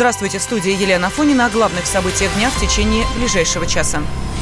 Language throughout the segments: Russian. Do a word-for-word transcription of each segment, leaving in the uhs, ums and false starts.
Здравствуйте, в студии Елена Афонина. О главных событиях дня в течение ближайшего часа.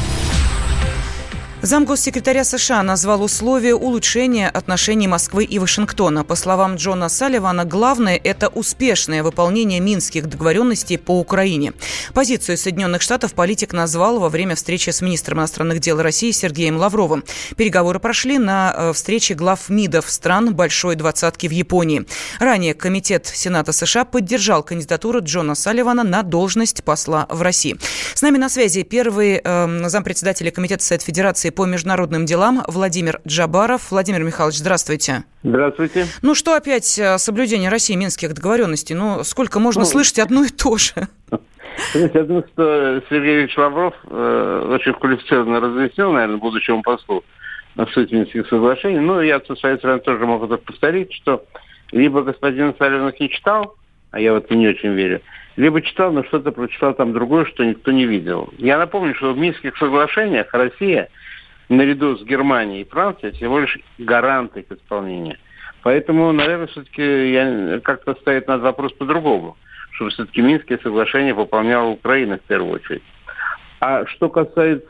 Замгоссекретаря США назвал условия улучшения отношений Москвы и Вашингтона. По словам Джона Салливана, главное – это успешное выполнение минских договоренностей по Украине. Позицию Соединенных Штатов политик назвал во время встречи с министром иностранных дел России Сергеем Лавровым. Переговоры прошли на встрече глав МИДов стран Большой Двадцатки в Японии. Ранее Комитет Сената США поддержал кандидатуру Джона Салливана на должность посла в России. С нами на связи первый э, зампредседателя Комитета Совета Федерации по международным делам Владимир Джабаров. Владимир Михайлович, здравствуйте. Здравствуйте. Ну что опять соблюдение России минских договоренностей? Ну, сколько можно ну, слышать одно и то же? Я думаю, что Сергей Ильич Лавров э, очень квалифицированно разъяснил, наверное, будущему послу на суть Минских соглашений. Но я со своей стороны тоже могу это повторить, что либо господин Салливан их не читал, а я в это не очень верю, либо читал, но что-то прочитал там другое, что никто не видел. Я напомню, что в Минских соглашениях Россия наряду с Германией и Францией всего лишь гаранты их исполнения. Поэтому, наверное, все-таки я как-то стоит над вопрос по-другому, чтобы все-таки Минские соглашения выполняла Украина в первую очередь. А что касается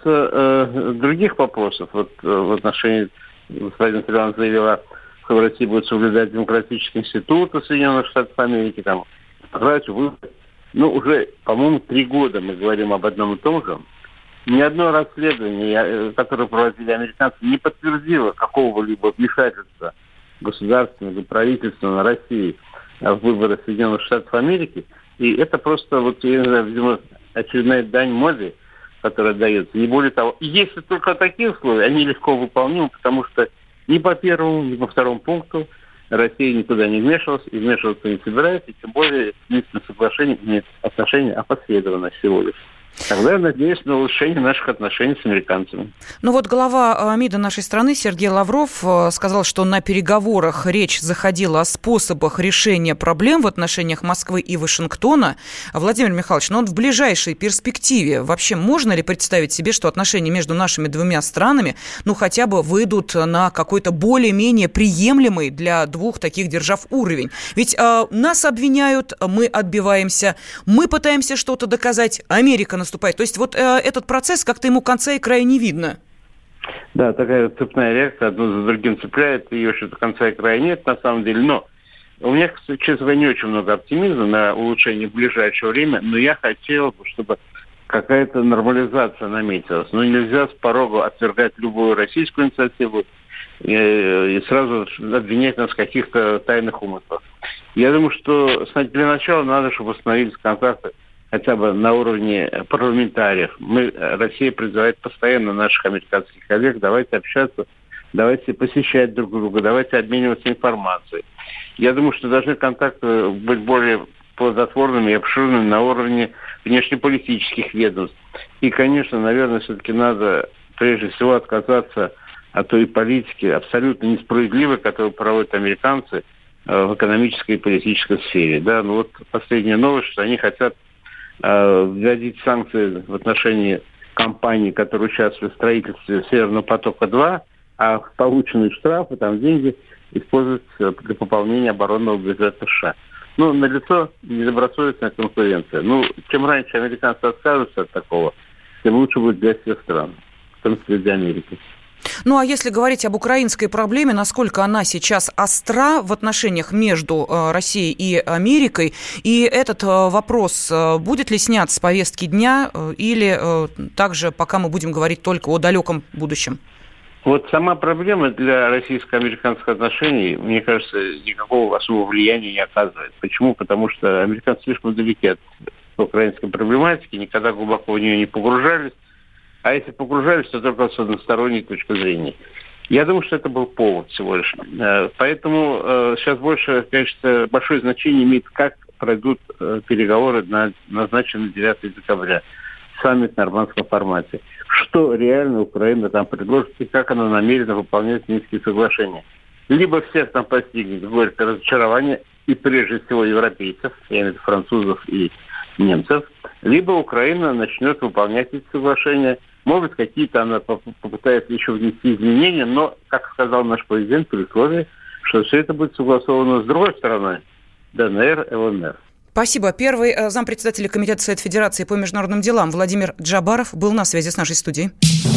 э, других вопросов, вот э, в отношении, господин Салливан заявила, что в России будут соблюдать демократические институты Соединенных Штатов Америки, там, демократию, выборы. Ну, уже, по-моему, три года мы говорим об одном и том же. Ни одно расследование, которое проводили американцы, не подтвердило какого-либо вмешательства государственного правительства на России в выборы Соединенных Штатов Америки. И это просто, вот, я не знаю, видимо, очередная дань моде, которая дается. Не более того, если только такие условия, они легко выполнимы, потому что ни по первому, ни по второму пункту Россия никуда не вмешивалась и вмешиваться не собирается, и тем более Минское соглашение имеет отношение опосредованно всего лишь. Тогда я надеюсь на улучшение наших отношений с американцами. Ну вот глава МИДа нашей страны Сергей Лавров сказал, что на переговорах речь заходила о способах решения проблем в отношениях Москвы и Вашингтона. Владимир Михайлович, ну вот в ближайшей перспективе вообще можно ли представить себе, что отношения между нашими двумя странами, ну хотя бы выйдут на какой-то более-менее приемлемый для двух таких держав уровень? Ведь э, нас обвиняют, мы отбиваемся, мы пытаемся что-то доказать, Америка наступает. То есть вот э, этот процесс как-то ему конца и края не видно. Да, такая цепная реакция, одно за другим цепляет, ее что-то конца и края нет на самом деле. Но у меня, честно говоря, не очень много оптимизма на улучшение в ближайшее время, но я хотел бы, чтобы какая-то нормализация наметилась. Но нельзя с порога отвергать любую российскую инициативу и, и сразу обвинять нас в каких-то тайных умыслах. Я думаю, что для начала надо, чтобы установились контакты хотя бы на уровне парламентариев. Мы, Россия призывает постоянно наших американских коллег, давайте общаться, давайте посещать друг друга, давайте обмениваться информацией. Я думаю, что должны контакты быть более плодотворными и обширными на уровне внешнеполитических ведомств. И, конечно, наверное, все-таки надо прежде всего отказаться от той политики абсолютно несправедливой, которую проводят американцы в экономической и политической сфере. Да, ну вот последняя новость, что они хотят вводить санкции в отношении компаний, которые участвуют в строительстве Северного потока-два, а полученные штрафы, там деньги используют для пополнения оборонного бюджета США. Ну, налицо недобросовестная конкуренция. Ну, чем раньше американцы откажутся от такого, тем лучше будет для всех стран, в том числе для Америки. Ну, а если говорить об украинской проблеме, насколько она сейчас остра в отношениях между э, Россией и Америкой, и этот э, вопрос, э, будет ли снят с повестки дня, э, или э, также пока мы будем говорить только о далеком будущем? Вот сама проблема для российско-американских отношений, мне кажется, никакого особого влияния не оказывает. Почему? Потому что американцы слишком далеки от украинской проблематики, никогда глубоко в нее не погружались. А если погружались, то только с односторонней точки зрения. Я думаю, что это был повод всего лишь. Поэтому сейчас больше, конечно, большое значение имеет, как пройдут переговоры на назначенный девятого декабря. Саммит в нормандском формате. Что реально Украина там предложит и как она намерена выполнять Минские соглашения. Либо всех там постигнет горькое разочарование, и прежде всего европейцев, я имею в виду французов и немцев, либо Украина начнет выполнять эти соглашения. Может быть, какие-то она попытается еще внести изменения, но, как сказал наш президент, при условии, что все это будет согласовано с другой стороной, ДНР, ЛНР. Спасибо. Первый зампредседателя Комитета Совета Федерации по международным делам Владимир Джабаров был на связи с нашей студией.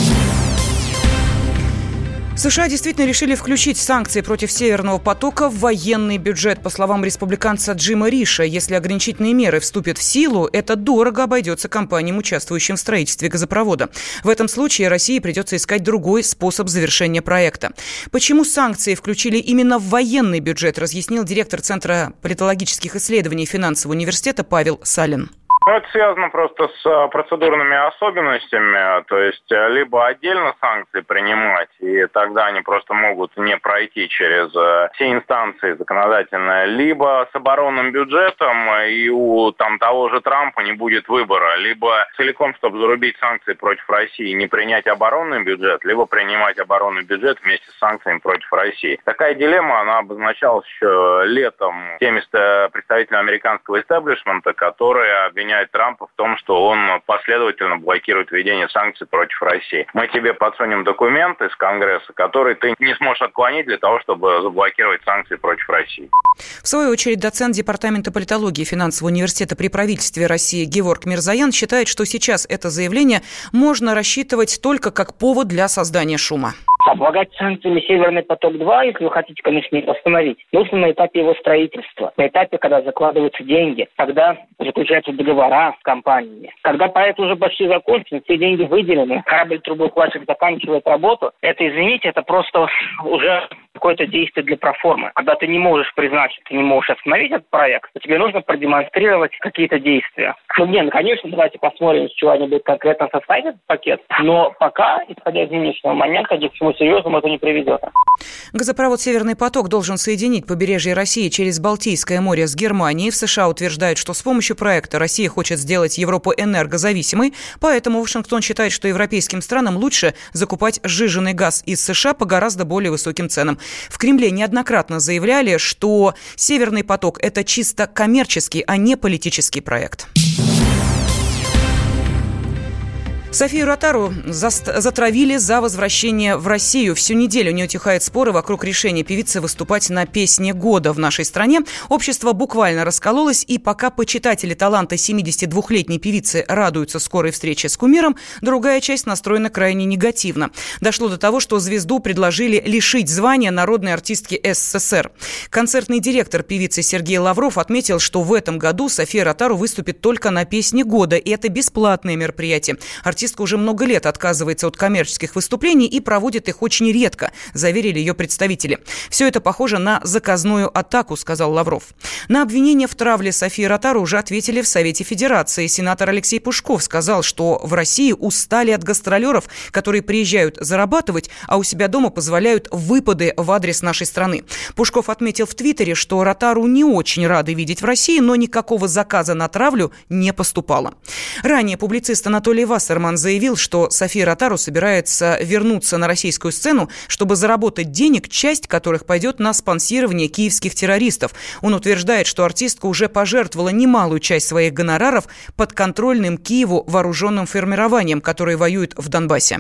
США действительно решили включить санкции против Северного потока в военный бюджет. По словам республиканца Джима Риша, если ограничительные меры вступят в силу, это дорого обойдется компаниям, участвующим в строительстве газопровода. В этом случае России придется искать другой способ завершения проекта. Почему санкции включили именно в военный бюджет, разъяснил директор Центра политологических исследований финансового университета Павел Салин. Ну, это связано просто с процедурными особенностями, то есть либо отдельно санкции принимать, и тогда они просто могут не пройти через все инстанции законодательные, либо с оборонным бюджетом, и у там, того же Трампа не будет выбора, либо целиком, чтобы зарубить санкции против России, не принять оборонный бюджет, либо принимать оборонный бюджет вместе с санкциями против России. Такая дилемма, она обозначалась еще летом теми представителями американского истеблишмента, которые обвиняют Трампа в том, что он последовательно блокирует введение санкций против России. Мы тебе подсунем документ из Конгресса, который ты не сможешь отклонить для того, чтобы заблокировать санкции против России. В свою очередь, доцент Департамента политологии финансового университета при правительстве России Геворг Мирзоян считает, что сейчас это заявление можно рассчитывать только как повод для создания шума. Облагать санкциями «Северный поток-два», если вы хотите, конечно, их остановить, нужно на этапе его строительства, на этапе, когда закладываются деньги, когда заключаются договора с компаниями. Когда проект уже почти закончен, все деньги выделены, корабль-трубоукладчик заканчивает работу, это, извините, это просто уже какое-то действие для проформы. Когда ты не можешь признать, что ты не можешь остановить этот проект, то тебе нужно продемонстрировать какие-то действия. Ну, нет, ну, конечно, давайте посмотрим, с чего они будут конкретно состоять этот пакет, но пока, исходя из нынешнего момента, ни к чему серьезному это не приведет. Газопровод «Северный поток» должен соединить побережье России через Балтийское море с Германией. В США утверждают, что с помощью проекта Россия хочет сделать Европу энергозависимой, поэтому Вашингтон считает, что европейским странам лучше закупать сжиженный газ из США по гораздо более высоким ценам. В Кремле неоднократно заявляли, что «Северный поток» – это чисто коммерческий, а не политический проект. Софию Ротару затравили за возвращение в Россию. Всю неделю не утихают споры вокруг решения певицы выступать на «Песне года» в нашей стране. Общество буквально раскололось, и пока почитатели таланта семидесятидвухлетней певицы радуются скорой встрече с кумиром, другая часть настроена крайне негативно. Дошло до того, что звезду предложили лишить звания народной артистки СССР. Концертный директор певицы Сергей Лавров отметил, что в этом году София Ротару выступит только на «Песне года», и это бесплатное мероприятие. Артистка уже много лет отказывается от коммерческих выступлений и проводит их очень редко, заверили ее представители. Все это похоже на заказную атаку, сказал Лавров. На обвинение в травле Софии Ротару уже ответили в Совете Федерации. Сенатор Алексей Пушков сказал, что в России устали от гастролеров, которые приезжают зарабатывать, а у себя дома позволяют выпады в адрес нашей страны. Пушков отметил в Твиттере, что Ротару не очень рады видеть в России, но никакого заказа на травлю не поступало. Ранее публицист Анатолий Вассерман заявил, что София Ротару собирается вернуться на российскую сцену, чтобы заработать денег, часть которых пойдет на спонсирование киевских террористов. Он утверждает, что артистка уже пожертвовала немалую часть своих гонораров подконтрольным Киеву вооруженным формированием, которые воюют в Донбассе.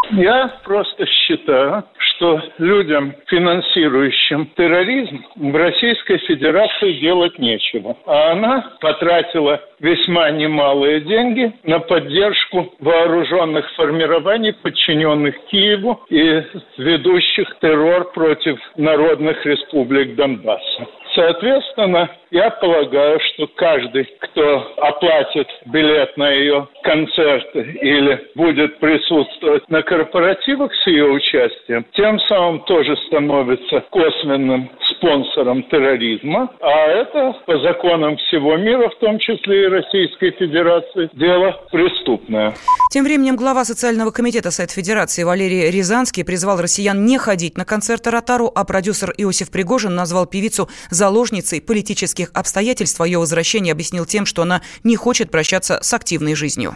Я просто считаю, что людям, финансирующим терроризм, в Российской Федерации делать нечего. А она потратила весьма немалые деньги на поддержку вооруженных формирований, подчиненных Киеву и ведущих террор против народных республик Донбасса. Соответственно, я полагаю, что каждый, кто оплатит билет на ее концерт или будет присутствовать на корпоративах с ее участием, тем самым тоже становится косвенным спонсором терроризма. А это по законам всего мира, в том числе и Российской Федерации, дело преступное. Тем временем глава социального комитета Совета Федерации Валерий Рязанский призвал россиян не ходить на концерты Ротару, а продюсер Иосиф Пригожин назвал певицу заложницей политических обстоятельств. Ее возвращение объяснил тем, что она не хочет прощаться с активной жизнью.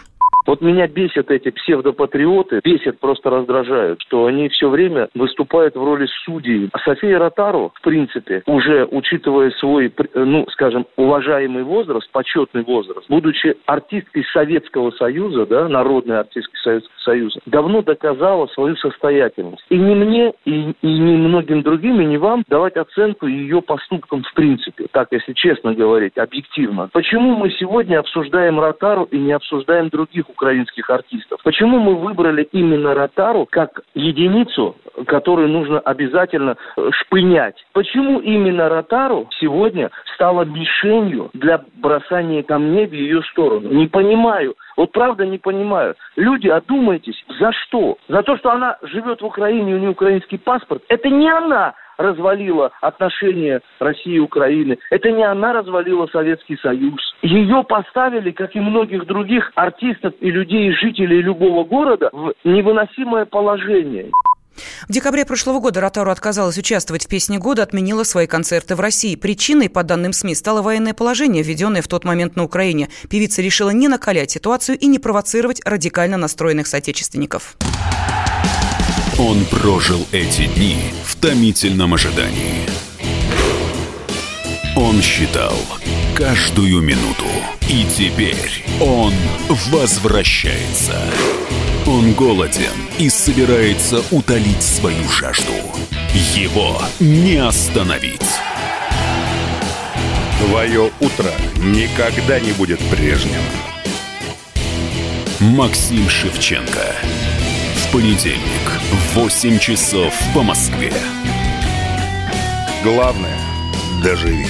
Вот меня бесят эти псевдопатриоты, бесят, просто раздражают, что они все время выступают в роли судей. А София Ротару, в принципе, уже учитывая свой, ну, скажем, уважаемый возраст, почетный возраст, будучи артисткой Советского Союза, да, народной артисткой Советского Союза, давно доказала свою состоятельность. И не мне, и, и не многим другим, и не вам давать оценку ее поступкам в принципе. Так, если честно говорить, объективно. Почему мы сегодня обсуждаем Ротару и не обсуждаем других украинских артистов? Почему мы выбрали именно Ротару как единицу, которую нужно обязательно шпынять? Почему именно Ротару сегодня стала мишенью для бросания камней в ее сторону? Не понимаю. Вот правда не понимаю. Люди, одумайтесь, за что? За то, что она живет в Украине, у нее украинский паспорт? Это не она развалила отношения России и Украины. Это не она развалила Советский Союз. Ее поставили, как и многих других артистов и людей, жителей любого города, в невыносимое положение. В декабре прошлого года Ротару отказалась участвовать в «Песне года», отменила свои концерты в России. Причиной, по данным СМИ, стало военное положение, введенное в тот момент на Украине. Певица решила не накалять ситуацию и не провоцировать радикально настроенных соотечественников. Он прожил эти дни в томительном ожидании. Он считал каждую минуту. И теперь он возвращается. Он голоден и собирается утолить свою жажду. Его не остановить. Твое утро никогда не будет прежним. Максим Шевченко. В понедельник в восемь часов по Москве. Главное – доживи.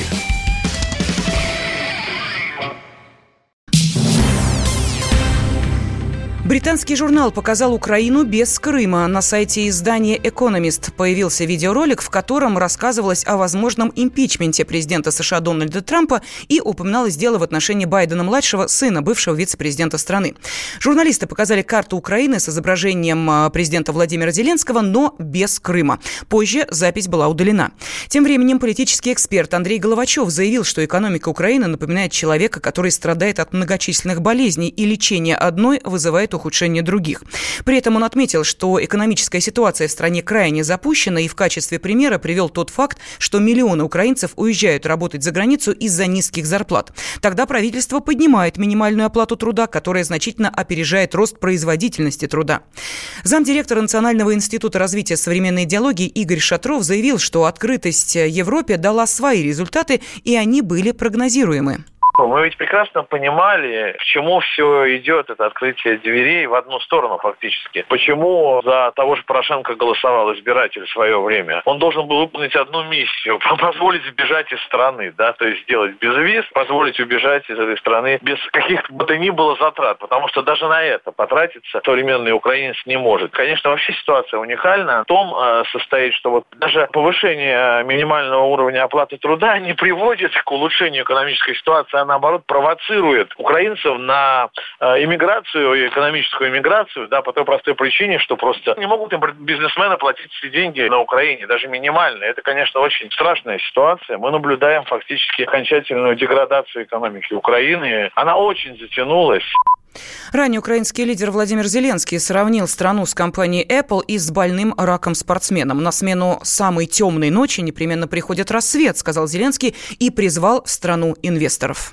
Британский журнал показал Украину без Крыма. На сайте издания «Экономист» появился видеоролик, в котором рассказывалось о возможном импичменте президента США Дональда Трампа и упоминалось дело в отношении Байдена-младшего, сына бывшего вице-президента страны. Журналисты показали карту Украины с изображением президента Владимира Зеленского, но без Крыма. Позже запись была удалена. Тем временем политический эксперт Андрей Головачев заявил, что экономика Украины напоминает человека, который страдает от многочисленных болезней, и лечение одной вызывает ухудшение других. При этом он отметил, что экономическая ситуация в стране крайне запущена, и в качестве примера привел тот факт, что миллионы украинцев уезжают работать за границу из-за низких зарплат. Тогда правительство поднимает минимальную оплату труда, которая значительно опережает рост производительности труда. Замдиректора Национального института развития современной идеологии Игорь Шатров заявил, что открытость Европе дала свои результаты, и они были прогнозируемы. Мы ведь прекрасно понимали, к чему все идет, это открытие дверей в одну сторону фактически. Почему за того же Порошенко голосовал избиратель в свое время? Он должен был выполнить одну миссию – позволить сбежать из страны, да, то есть сделать безвиз, позволить убежать из этой страны без каких бы то ни было затрат, потому что даже на это потратиться современный украинец не может. Конечно, вообще ситуация уникальна. В том э, состоит, что вот даже повышение минимального уровня оплаты труда не приводит к улучшению экономической ситуации, наоборот, провоцирует украинцев на э, иммиграцию, экономическую иммиграцию, да, по той простой причине, что просто не могут им бизнесмены платить все деньги на Украине, даже минимально. Это, конечно, очень страшная ситуация. Мы наблюдаем фактически окончательную деградацию экономики Украины. Она очень затянулась. Ранее украинский лидер Владимир Зеленский сравнил страну с компанией Apple и с больным раком-спортсменом. На смену самой темной ночи непременно приходит рассвет, сказал Зеленский, и призвал в страну инвесторов.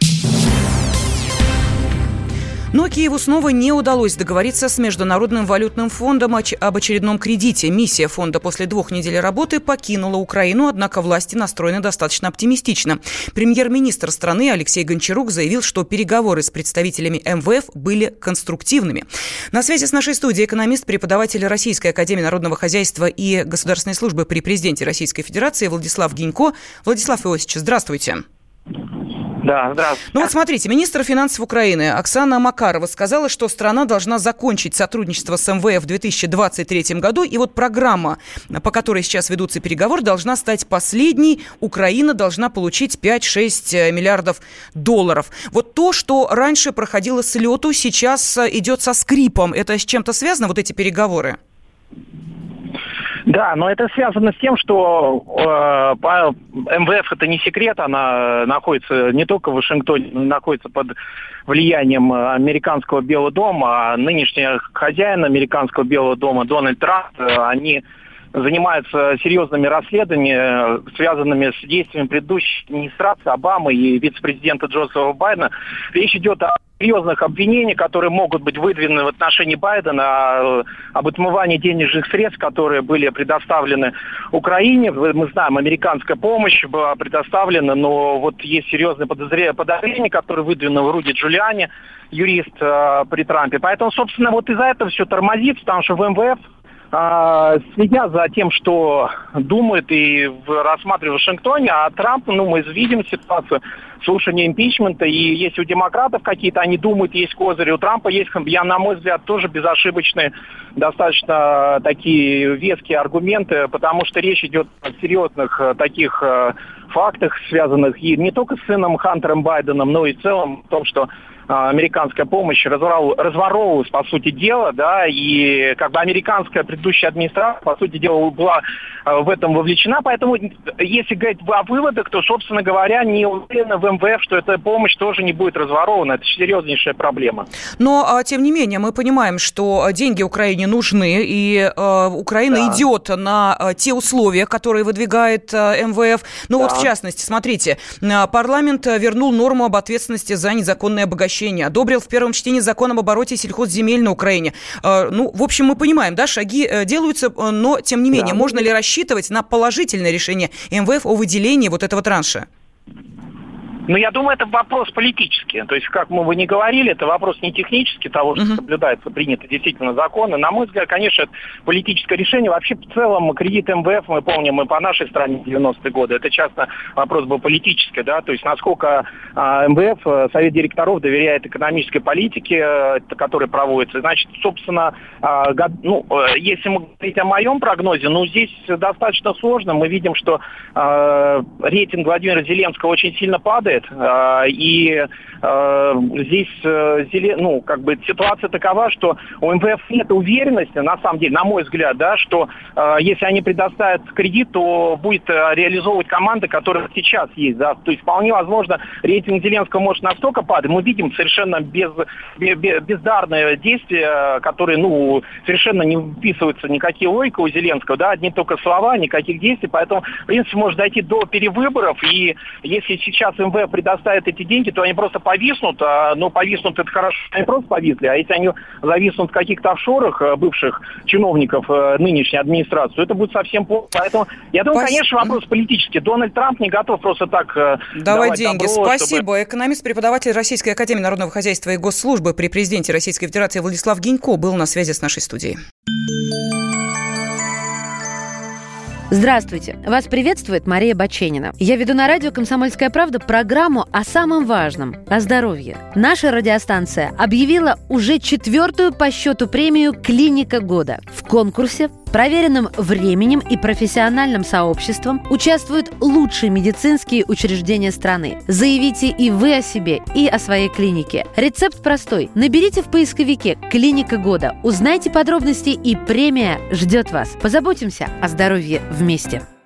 Но Киеву снова не удалось договориться с Международным валютным фондом об очередном кредите. Миссия фонда после двух недель работы покинула Украину, однако власти настроены достаточно оптимистично. Премьер-министр страны Алексей Гончарук заявил, что переговоры с представителями эм вэ эф были конструктивными. На связи с нашей студией экономист, преподаватель Российской академии народного хозяйства и государственной службы при президенте Российской Федерации Владислав Гинько. Владислав Иосифович, здравствуйте. Да, здравствуйте. Ну вот смотрите, министр финансов Украины Оксана Маркарова сказала, что страна должна закончить сотрудничество с эм вэ эф в две тысячи двадцать третьем году. И вот программа, по которой сейчас ведутся переговоры, должна стать последней. Украина должна получить пять-шесть миллиардов долларов. Вот то, что раньше проходило с лету, сейчас идет со скрипом. Это с чем-то связано, вот эти переговоры? Да, но это связано с тем, что э, эм вэ эф это не секрет, она находится не только в Вашингтоне, но и находится под влиянием американского Белого дома, а нынешний хозяин американского Белого дома Дональд Трамп, они занимаются серьезными расследованиями, связанными с действиями предыдущей администрации Обамы и вице-президента Джозефа Байдена. Речь идет о серьезных обвинениях, которые могут быть выдвинуты в отношении Байдена, об отмывании денежных средств, которые были предоставлены Украине. Мы знаем, американская помощь была предоставлена, но вот есть серьезные подозрения, которые выдвинул Руди Джулиани, юрист э, при Трампе. Поэтому, собственно, вот из-за этого все тормозится, потому что в эм вэ эф следят за тем, что думает и рассматривает в Вашингтоне, а Трамп, ну, мы видим ситуацию слушания импичмента, и если у демократов какие-то, они думают, есть козыри, у Трампа есть, я, на мой взгляд, тоже безошибочные, достаточно такие веские аргументы, потому что речь идет о серьезных таких фактах, связанных и не только с сыном Хантером Байденом, но и в целом в том, что американская помощь разворовывалась, по сути дела, да, и как бы американская предыдущая администрация, по сути дела, была в этом вовлечена, поэтому, если говорить о выводах, то, собственно говоря, не уверена в эм вэ эф, что эта помощь тоже не будет разворована, это серьезнейшая проблема. Но, тем не менее, мы понимаем, что деньги Украине нужны, и э, Украина да. идет на те условия, которые выдвигает эм вэ эф. Ну да. вот, в частности, смотрите, парламент вернул норму об ответственности за незаконное обогащение, одобрил в первом чтении закон об обороте сельхозземель на Украине. Ну, в общем, мы понимаем, да, шаги делаются, но, тем не менее, да. можно ли рассчитывать на положительное решение эм вэ эф о выделении вот этого транша? Ну, я думаю, это вопрос политический. То есть, как мы бы ни говорили, это вопрос не технический, того, что uh-huh. соблюдается, приняты действительно законы. На мой взгляд, конечно, это политическое решение. Вообще, в целом, кредит эм вэ эф, мы помним, мы по нашей стране в девяностые годы, это часто вопрос был политический, да, то есть, насколько а, эм вэ эф, Совет директоров, доверяет экономической политике, которая проводится. Значит, собственно, а, год, ну, если мы говорить о моем прогнозе, ну, здесь достаточно сложно. Мы видим, что а, рейтинг Владимира Зеленского очень сильно падает. И э, здесь э, ну, как бы ситуация такова, что у эм вэ эф нет уверенности, на самом деле, на мой взгляд, да, что э, если они предоставят кредит, то будет э, реализовывать команда, которая сейчас есть. Да. То есть вполне возможно, рейтинг Зеленского может настолько падать. Мы видим совершенно без, без, бездарные действия, которые ну, совершенно не вписываются никакие логики у Зеленского. Да, одни только слова, никаких действий. Поэтому, в принципе, может дойти до перевыборов. И если сейчас эм вэ эф предоставят эти деньги, то они просто повиснут. А, ну, повиснут это хорошо, они просто повисли. А если они зависнут в каких-то офшорах бывших чиновников нынешней администрации, то это будет совсем плохо. Поэтому, я думаю, Спасибо. конечно, вопрос политический. Дональд Трамп не готов просто так давать деньги. Добро, Спасибо. Чтобы... Экономист, преподаватель Российской академии народного хозяйства и госслужбы при президенте Российской Федерации Владислав Гинько был на связи с нашей студией. Здравствуйте! Вас приветствует Мария Баченина. Я веду на радио «Комсомольская правда» программу о самом важном – о здоровье. Наша радиостанция объявила уже четвертую по счету премию «Клиника года». В конкурсе, проверенном временем и профессиональным сообществом, участвуют лучшие медицинские учреждения страны. Заявите и вы о себе, и о своей клинике. Рецепт простой. Наберите в поисковике «Клиника года», узнайте подробности, и премия ждет вас. Позаботимся о здоровье вместе.